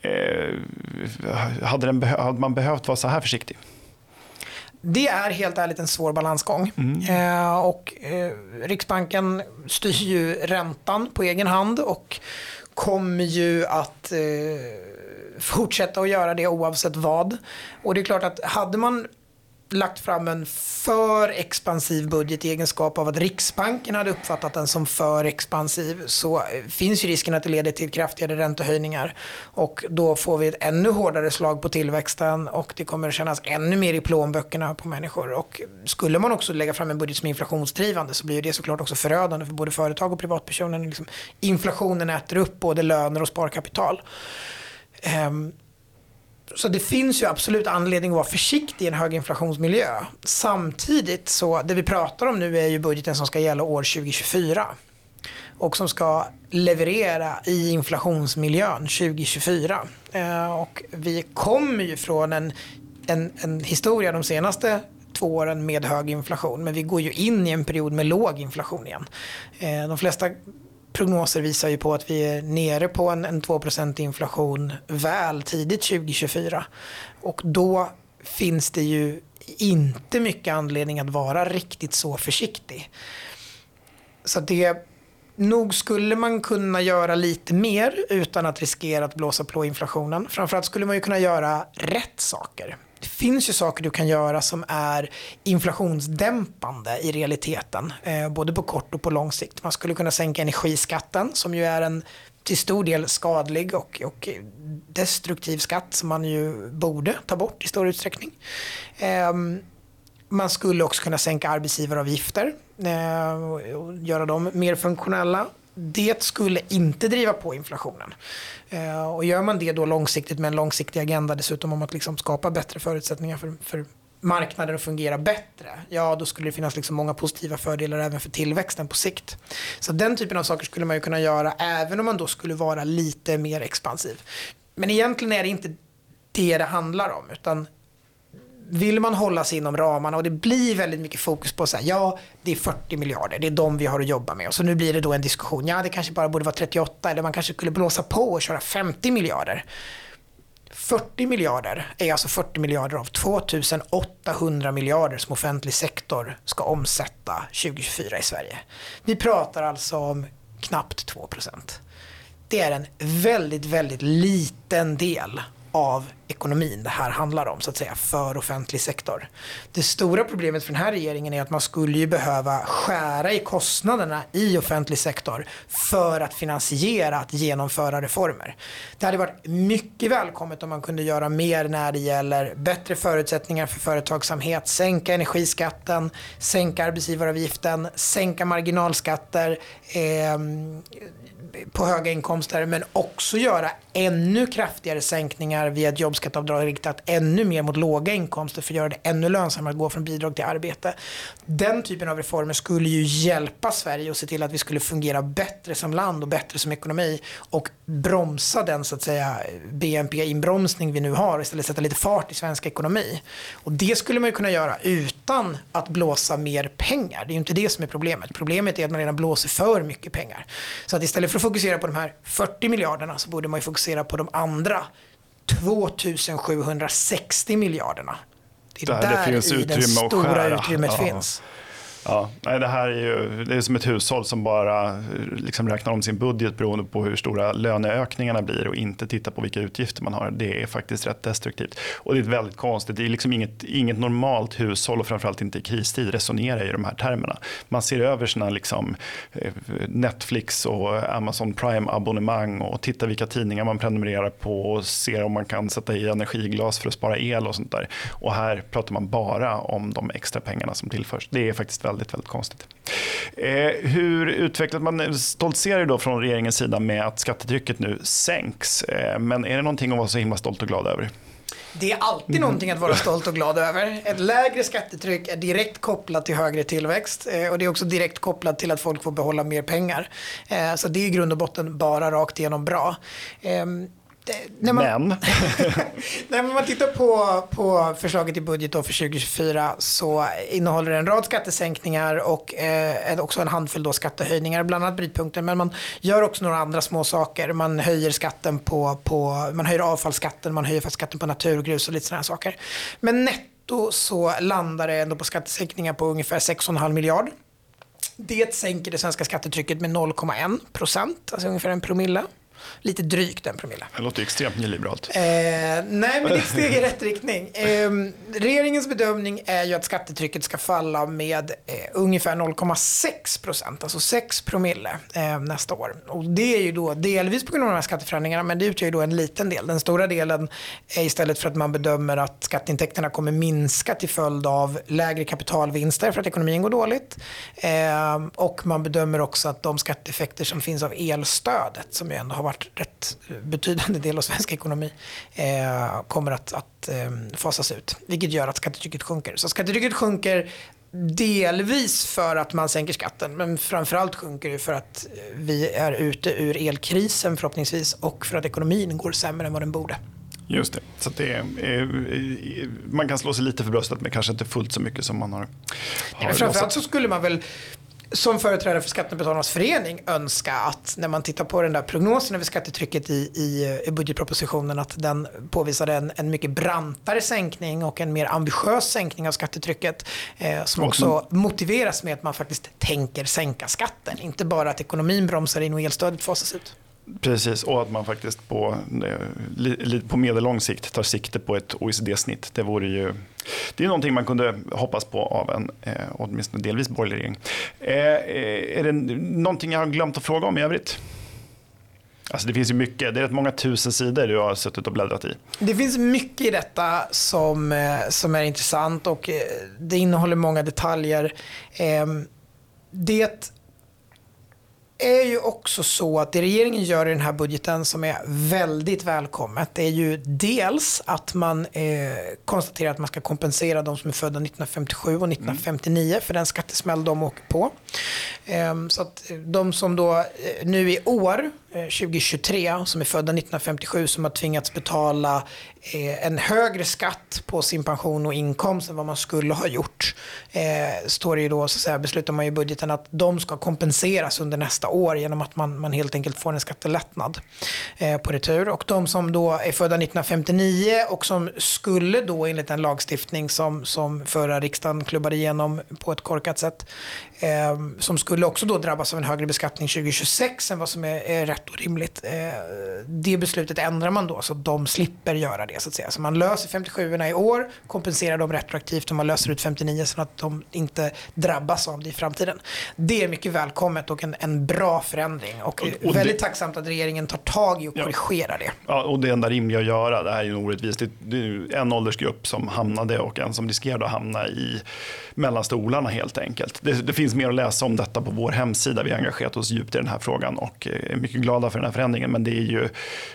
eh, hade, den behö- hade man behövt vara så här försiktig? Det är helt ärligt en svår balansgång. Mm. Eh, och eh, Riksbanken styr ju räntan på egen hand och kommer ju att eh, fortsätta att göra det oavsett vad. Och det är klart att hade man lagt fram en för expansiv budget i egenskap av att Riksbanken hade uppfattat den som för expansiv, så finns ju risken att det leder till kraftigare räntehöjningar, och då får vi ett ännu hårdare slag på tillväxten och det kommer att kännas ännu mer i plånböckerna på människor. Och skulle man också lägga fram en budget som är inflationsdrivande, så blir det såklart också förödande för både företag och privatpersoner. Liksom, inflationen äter upp både löner och sparkapital. Um, Så det finns ju absolut anledning att vara försiktig i en hög inflationsmiljö. Samtidigt så, det vi pratar om nu är ju budgeten som ska gälla år tjugo tjugofyra. Och som ska leverera i inflationsmiljön tjugo tjugofyra. Eh, och vi kommer ju från en, en, en historia de senaste två åren med hög inflation. Men vi går ju in i en period med låg inflation igen. Eh, de flesta prognoser visar ju på att vi är nere på en, en två procent inflation väl tidigt tjugo tjugofyra. Och då finns det ju inte mycket anledning att vara riktigt så försiktig. Så det, nog skulle man kunna göra lite mer utan att riskera att blåsa på inflationen. Framförallt skulle man ju kunna göra rätt saker. Det finns ju saker du kan göra som är inflationsdämpande i realiteten, eh, både på kort och på lång sikt. Man skulle kunna sänka energiskatten, som ju är en till stor del skadlig och, och destruktiv skatt som man ju borde ta bort i stor utsträckning. Eh, man skulle också kunna sänka arbetsgivaravgifter eh, och göra dem mer funktionella. Det skulle inte driva på inflationen. Eh, och gör man det då långsiktigt med en långsiktig agenda dessutom om att liksom skapa bättre förutsättningar för, för marknaden att fungera bättre, ja då skulle det finnas liksom många positiva fördelar även för tillväxten på sikt. Så den typen av saker skulle man ju kunna göra även om man då skulle vara lite mer expansiv. Men egentligen är det inte det det handlar om, utan vill man hålla sig inom ramarna, och det blir väldigt mycket fokus på så här, ja det är fyrtio miljarder, det är de vi har att jobba med, och så nu blir det då en diskussion, ja det kanske bara borde vara trettioåtta, eller man kanske skulle blåsa på och köra femtio miljarder. fyrtio miljarder är alltså fyrtio miljarder av tvåtusen åttahundra miljarder som offentlig sektor ska omsätta tjugo tjugofyra i Sverige. Vi pratar alltså om knappt två procent. Det är en väldigt, väldigt liten del av ekonomin det här handlar om, så att säga, för offentlig sektor. Det stora problemet för den här regeringen är att man skulle ju behöva skära i kostnaderna i offentlig sektor för att finansiera att genomföra reformer. Det hade varit mycket välkommet om man kunde göra mer när det gäller bättre förutsättningar för företagsamhet, sänka energiskatten, sänka arbetsgivaravgiften, sänka marginalskatter eh, på höga inkomster, men också göra ännu kraftigare sänkningar via ett jobbskatteavdrag riktat ännu mer mot låga inkomster för att göra det ännu lönsammare att gå från bidrag till arbete. Den typen av reformer skulle ju hjälpa Sverige och se till att vi skulle fungera bättre som land och bättre som ekonomi och bromsa den, så att säga, B N P-inbromsning vi nu har och istället sätta lite fart i svensk ekonomi. Och det skulle man ju kunna göra utan att blåsa mer pengar. Det är ju inte det som är problemet. Problemet är att man redan blåser för mycket pengar. Så att istället för att fokusera på de här fyrtio miljarderna så borde man ju fokusera på de andra tvåtusen sjuhundrasextio miljarderna. Det är där, där det finns i utrymme det stora skära. utrymmet Ja. finns. Ja, nej, det här är ju det är som ett hushåll som bara liksom räknar om sin budget beroende på hur stora löneökningarna blir och inte tittar på vilka utgifter man har. Det är faktiskt rätt destruktivt. Och det är väldigt konstigt. Det är liksom inget, inget normalt hushåll, och framförallt inte i kristid, resonerar i de här termerna. Man ser över sina liksom Netflix och Amazon Prime-abonnemang och tittar vilka tidningar man prenumererar på och ser om man kan sätta i energiglas för att spara el och sånt där. Och här pratar man bara om de extra pengarna som tillförs. Det är faktiskt väldigt, väldigt konstigt. Eh, hur utvecklat man stoltserar då från regeringens sida med att skattetrycket nu sänks. Eh, men är det någonting att vara så himla stolt och glad över? Det är alltid mm. någonting att vara stolt och glad över. Ett lägre skattetryck är direkt kopplat till högre tillväxt, eh, och det är också direkt kopplat till att folk får behålla mer pengar. Eh, så det är i grund och botten bara rakt igenom bra. Eh, Det, när man, men när man tittar på, på förslaget i budget då för tjugo tjugofyra så innehåller det en rad skattesänkningar och eh, också en handfull då skattehöjningar, bland annat brytpunkter, men man gör också några andra små saker. Man höjer skatten på, på man höjer avfallsskatten, man höjer skatten på naturgrus och lite sådana här saker. Men netto så landar det ändå på skattesänkningar på ungefär sex komma fem miljard. Det sänker det svenska skattetrycket med noll komma en procent, alltså ungefär en promille. Lite drygt en promille. Det låter extremt nyliberalt. Eh, nej, men det är ett steg i rätt riktning. Eh, regeringens bedömning är ju att skattetrycket ska falla med eh, ungefär noll komma sex procent, alltså sex promille eh, nästa år. Och det är ju då delvis på grund av de här skatteförändringarna, men det utgör ju då en liten del. Den stora delen är istället för att man bedömer att skatteintäkterna kommer minska till följd av lägre kapitalvinster för att ekonomin går dåligt. Eh, och man bedömer också att de skatteeffekter som finns av elstödet, som ju ändå har varit rätt betydande del av svensk ekonomi, eh, kommer att, att eh, fasas ut. Vilket gör att skattetrycket sjunker. Så skattetrycket sjunker delvis för att man sänker skatten, men framförallt sjunker det för att vi är ute ur elkrisen förhoppningsvis och för att ekonomin går sämre än vad den borde. Just det. Så det är, man kan slå sig lite för bröstet, men kanske inte fullt så mycket som man har, har ja, framförallt så skulle man väl som företrädare för Skattebetalarnas förening önska att när man tittar på den där prognosen över skattetrycket i, i, i budgetpropositionen, att den påvisade en, en mycket brantare sänkning och en mer ambitiös sänkning av skattetrycket eh, som också motiveras med att man faktiskt tänker sänka skatten. Inte bara att ekonomin bromsar in och elstödet fasas ut. Precis, och att man faktiskt på, på medellång sikt tar sikte på ett O E C D-snitt. Det vore ju, det är någonting man kunde hoppas på av en eh, åtminstone delvis borgerlig regering. Eh, är det någonting jag har glömt att fråga om i övrigt? Alltså det finns ju mycket, det är rätt många tusen sidor du har suttit och bläddrat i. Det finns mycket i detta som, som är intressant och det innehåller många detaljer. Eh, det är ju också så att det regeringen gör i den här budgeten som är väldigt välkommet, det är ju dels att man eh, konstaterar att man ska kompensera de som är födda nittonhundrafemtiosju och nittonhundrafemtionio för den skattesmäll de åker på. Eh, så att de som då eh, nu i år, eh, tjugohundratjugotre, som är födda nittonhundrafemtiosju, som har tvingats betala eh, en högre skatt på sin pension och inkomst än vad man skulle ha gjort, eh, står det ju då, så att säga, beslutar man i budgeten att de ska kompenseras under nästa år genom att man, man helt enkelt får en skattelättnad eh, på retur. Och de som då är födda nittonhundrafemtionio och som skulle då enligt en lagstiftning som, som förra riksdagen klubbade igenom på ett korkat sätt, eh, som skulle också då drabbas av en högre beskattning tjugohundratjugosex än vad som är, är rätt och rimligt. Eh, det beslutet ändrar man då så att de slipper göra det, så att säga. Så man löser femtiosjuorna i år, kompenserar dem retroaktivt och man löser ut femtionio så att de inte drabbas av det i framtiden. Det är mycket välkommet och en, en bra förändring och, och, och väldigt det, tacksamt att regeringen tar tag i och ja, korrigerar det. Ja, och det enda rimliga att göra, det här är ju orättvist. Det, det är en åldersgrupp som hamnade och en som riskerade att hamna i mellan stolarna helt enkelt. Det, det finns mer att läsa om detta på vår hemsida. Vi har engagerat oss djupt i den här frågan och är mycket glada för den här förändringen, men det är ju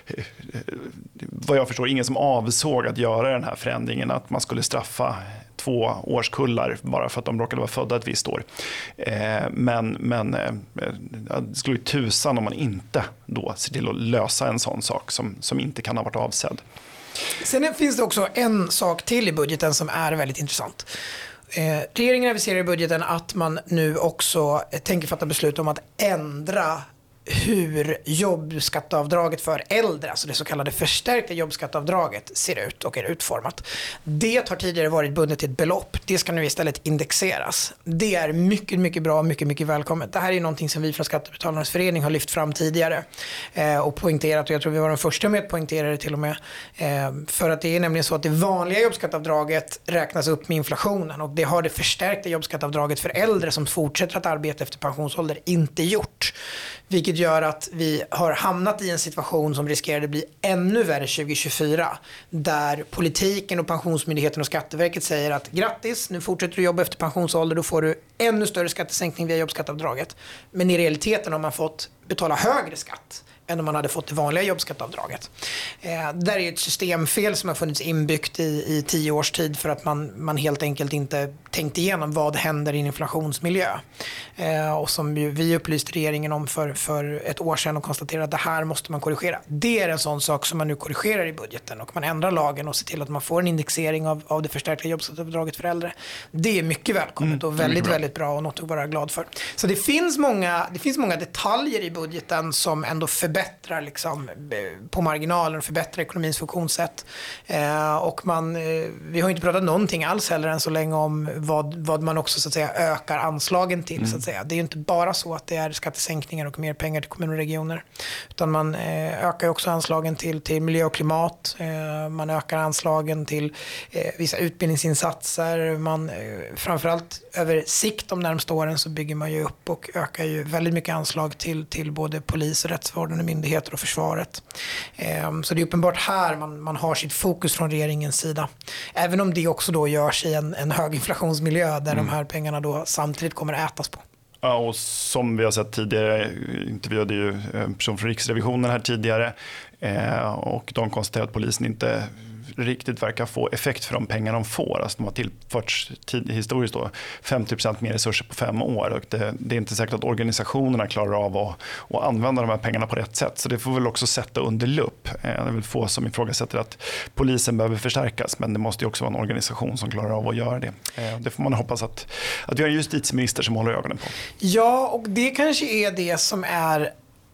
vad jag förstår ingen som avsåg att göra den här förändringen, att man skulle straffa två årskullar bara för att de råkade vara födda ett visst år. Eh, men men eh, det skulle ju tusan om man inte då ser till att lösa en sån sak som, som inte kan ha varit avsedd. Sen finns det också en sak till i budgeten som är väldigt intressant. Eh, regeringen aviserar i budgeten att man nu också tänker fatta beslut om att ändra hur jobbskatteavdraget för äldre, alltså det så kallade förstärkta jobbskatteavdraget, ser ut och är utformat. Det har tidigare varit bundet till ett belopp. Det ska nu istället indexeras. Det är mycket, mycket bra och mycket, mycket välkommet. Det här är någonting som vi från Skattebetalarnas förening har lyft fram tidigare eh, och poängterat, och jag tror vi var de första med att poängtera det till och med. Eh, för att det är nämligen så att det vanliga jobbskatteavdraget räknas upp med inflationen och det har det förstärkta jobbskatteavdraget för äldre som fortsätter att arbeta efter pensionsålder inte gjort. Vilket gör att vi har hamnat i en situation som riskerar att bli ännu värre tjugohundratjugofyra. Där politiken och Pensionsmyndigheten och Skatteverket säger att grattis, nu fortsätter du jobba efter pensionsålder, då får du ännu större skattesänkning via jobbskatteavdraget. Men i realiteten har man fått betala högre skatt än om man hade fått det vanliga jobbskatteavdraget. Eh, där är ett systemfel som har funnits inbyggt i, i tio års tid för att man, man helt enkelt inte tänkt igenom vad händer i en inflationsmiljö. Eh, och som ju vi upplyste regeringen om för, för ett år sedan och konstaterade att det här måste man korrigera. Det är en sån sak som man nu korrigerar i budgeten och man ändrar lagen och ser till att man får en indexering av, av det förstärkta jobbskatteavdraget för äldre. Det är mycket välkommet och väldigt, bra. väldigt bra och något att vara glad för. Så det finns många, det finns många detaljer i budgeten som ändå förbättrar förbättrar liksom, på marginalen och förbättrar ekonomins funktionssätt. Eh, och man, eh, vi har inte pratat någonting alls heller än så länge om vad, vad man också så att säga, ökar anslagen till. Mm. Så att säga. Det är ju inte bara så att det är skattesänkningar och mer pengar till kommuner och regioner. Utan man eh, ökar också anslagen till, till miljö och klimat. Eh, man ökar anslagen till eh, vissa utbildningsinsatser. Man, eh, framförallt över sikt de närmaste åren så bygger man ju upp och ökar ju väldigt mycket anslag till, till både polis och rättsvårdande myndigheter och försvaret. Eh, så det är uppenbart här man, man har sitt fokus från regeringens sida. Även om det också då görs i en, en hög inflationsmiljö där mm. de här pengarna då samtidigt kommer att ätas på. Ja, och som vi har sett tidigare, intervjuade ju en person från Riksrevisionen här tidigare eh, och de konstaterar att polisen inte riktigt verkar få effekt för de pengar de får. Alltså de har tillförts tid, historiskt då, femtio procent mer resurser på fem år och det, det är inte säkert att organisationerna klarar av att, att använda de här pengarna på rätt sätt. Så det får väl också sätta under lupp. Det är väl få som ifrågasätter att polisen behöver förstärkas, men det måste ju också vara en organisation som klarar av att göra det. Det får man hoppas att, att vi har en justitieminister som håller ögonen på. Ja, och det kanske är det som är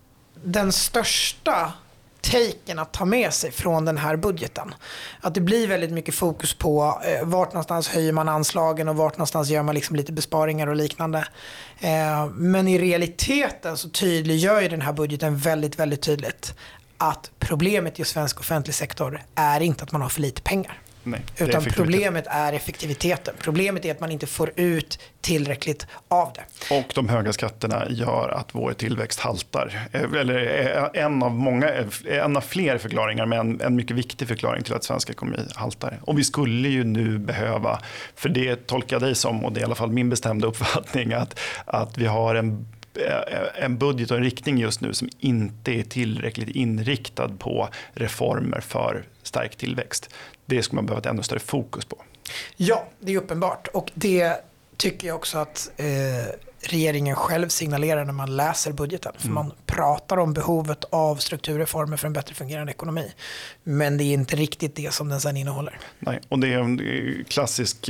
den största taken att ta med sig från den här budgeten. Att det blir väldigt mycket fokus på eh, vart någonstans höjer man anslagen och vart någonstans gör man liksom lite besparingar och liknande. Eh, men i realiteten så tydliggör ju den här budgeten väldigt, väldigt tydligt att problemet i svensk offentlig sektor är inte att man har för lite pengar. Nej, utan problemet är effektiviteten. Problemet är att man inte får ut tillräckligt av det. Och de höga skatterna gör att vår tillväxt haltar. Eller en av, många, en av fler förklaringar, men en mycket viktig förklaring till att svensk ekonomi haltar. Och vi skulle ju nu behöva, för det tolkar jag dig som, och det är i alla fall min bestämda uppfattning, att, att vi har en en budget och en riktning just nu som inte är tillräckligt inriktad på reformer för stark tillväxt. Det skulle man behöva ett ännu större fokus på. Ja, det är uppenbart. Och det tycker jag också att eh, regeringen själv signalerar när man läser budgeten. För mm. man pratar om behovet av strukturreformer för en bättre fungerande ekonomi. Men det är inte riktigt det som den sen innehåller. Nej, och det är en klassisk,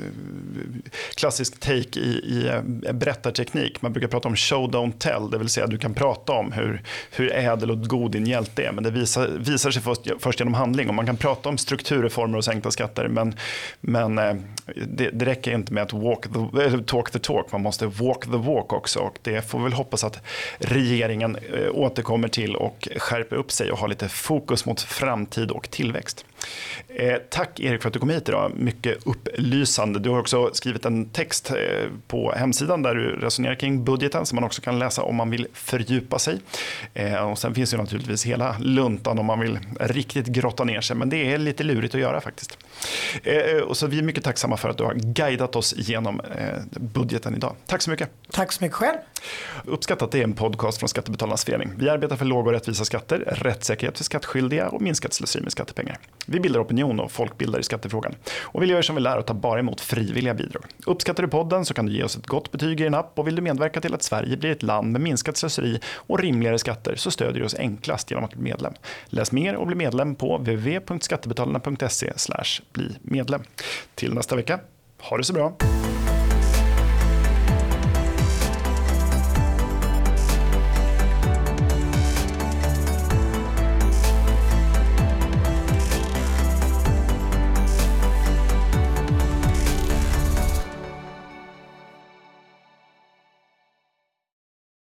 klassisk take i, i berättarteknik. Man brukar prata om show, don't tell. Det vill säga att du kan prata om hur, hur ädel och god din hjälte är. Men det visar, visar sig först, först genom handling. Och man kan prata om strukturreformer och sänkta skatter. Men, men det, det räcker inte med att walk the, talk the talk. Man måste walk the walk också. Och det får vi väl hoppas att regeringen återkommer till och skärper upp sig och har lite fokus mot framtid och tillväxt. Eh, tack Erik för att du kom hit idag. Mycket upplysande. Du har också skrivit en text eh, på hemsidan där du resonerar kring budgeten som man också kan läsa om man vill fördjupa sig. Eh, och sen finns ju naturligtvis hela luntan om man vill riktigt grotta ner sig, men det är lite lurigt att göra faktiskt. Eh, och så vi är mycket tacksamma för att du har guidat oss genom eh, budgeten idag. Tack så mycket. Tack så mycket själv. Uppskattat är en podcast från Skattebetalarnas förening. Vi arbetar för låga och rättvisa skatter, rättssäkerhet för skattskyldiga och minskat slöseri med skattepengar. Vi bildar opinion och folkbildar i skattefrågan. Och vill göra som vi lär och ta bara emot frivilliga bidrag. Uppskattar du podden så kan du ge oss ett gott betyg i din app, och vill du medverka till att Sverige blir ett land med minskat slöseri och rimligare skatter så stödjer du oss enklast genom att bli medlem. Läs mer och bli medlem på w w w punkt skattebetalarna punkt se slash bli medlem. Till nästa vecka, ha det så bra!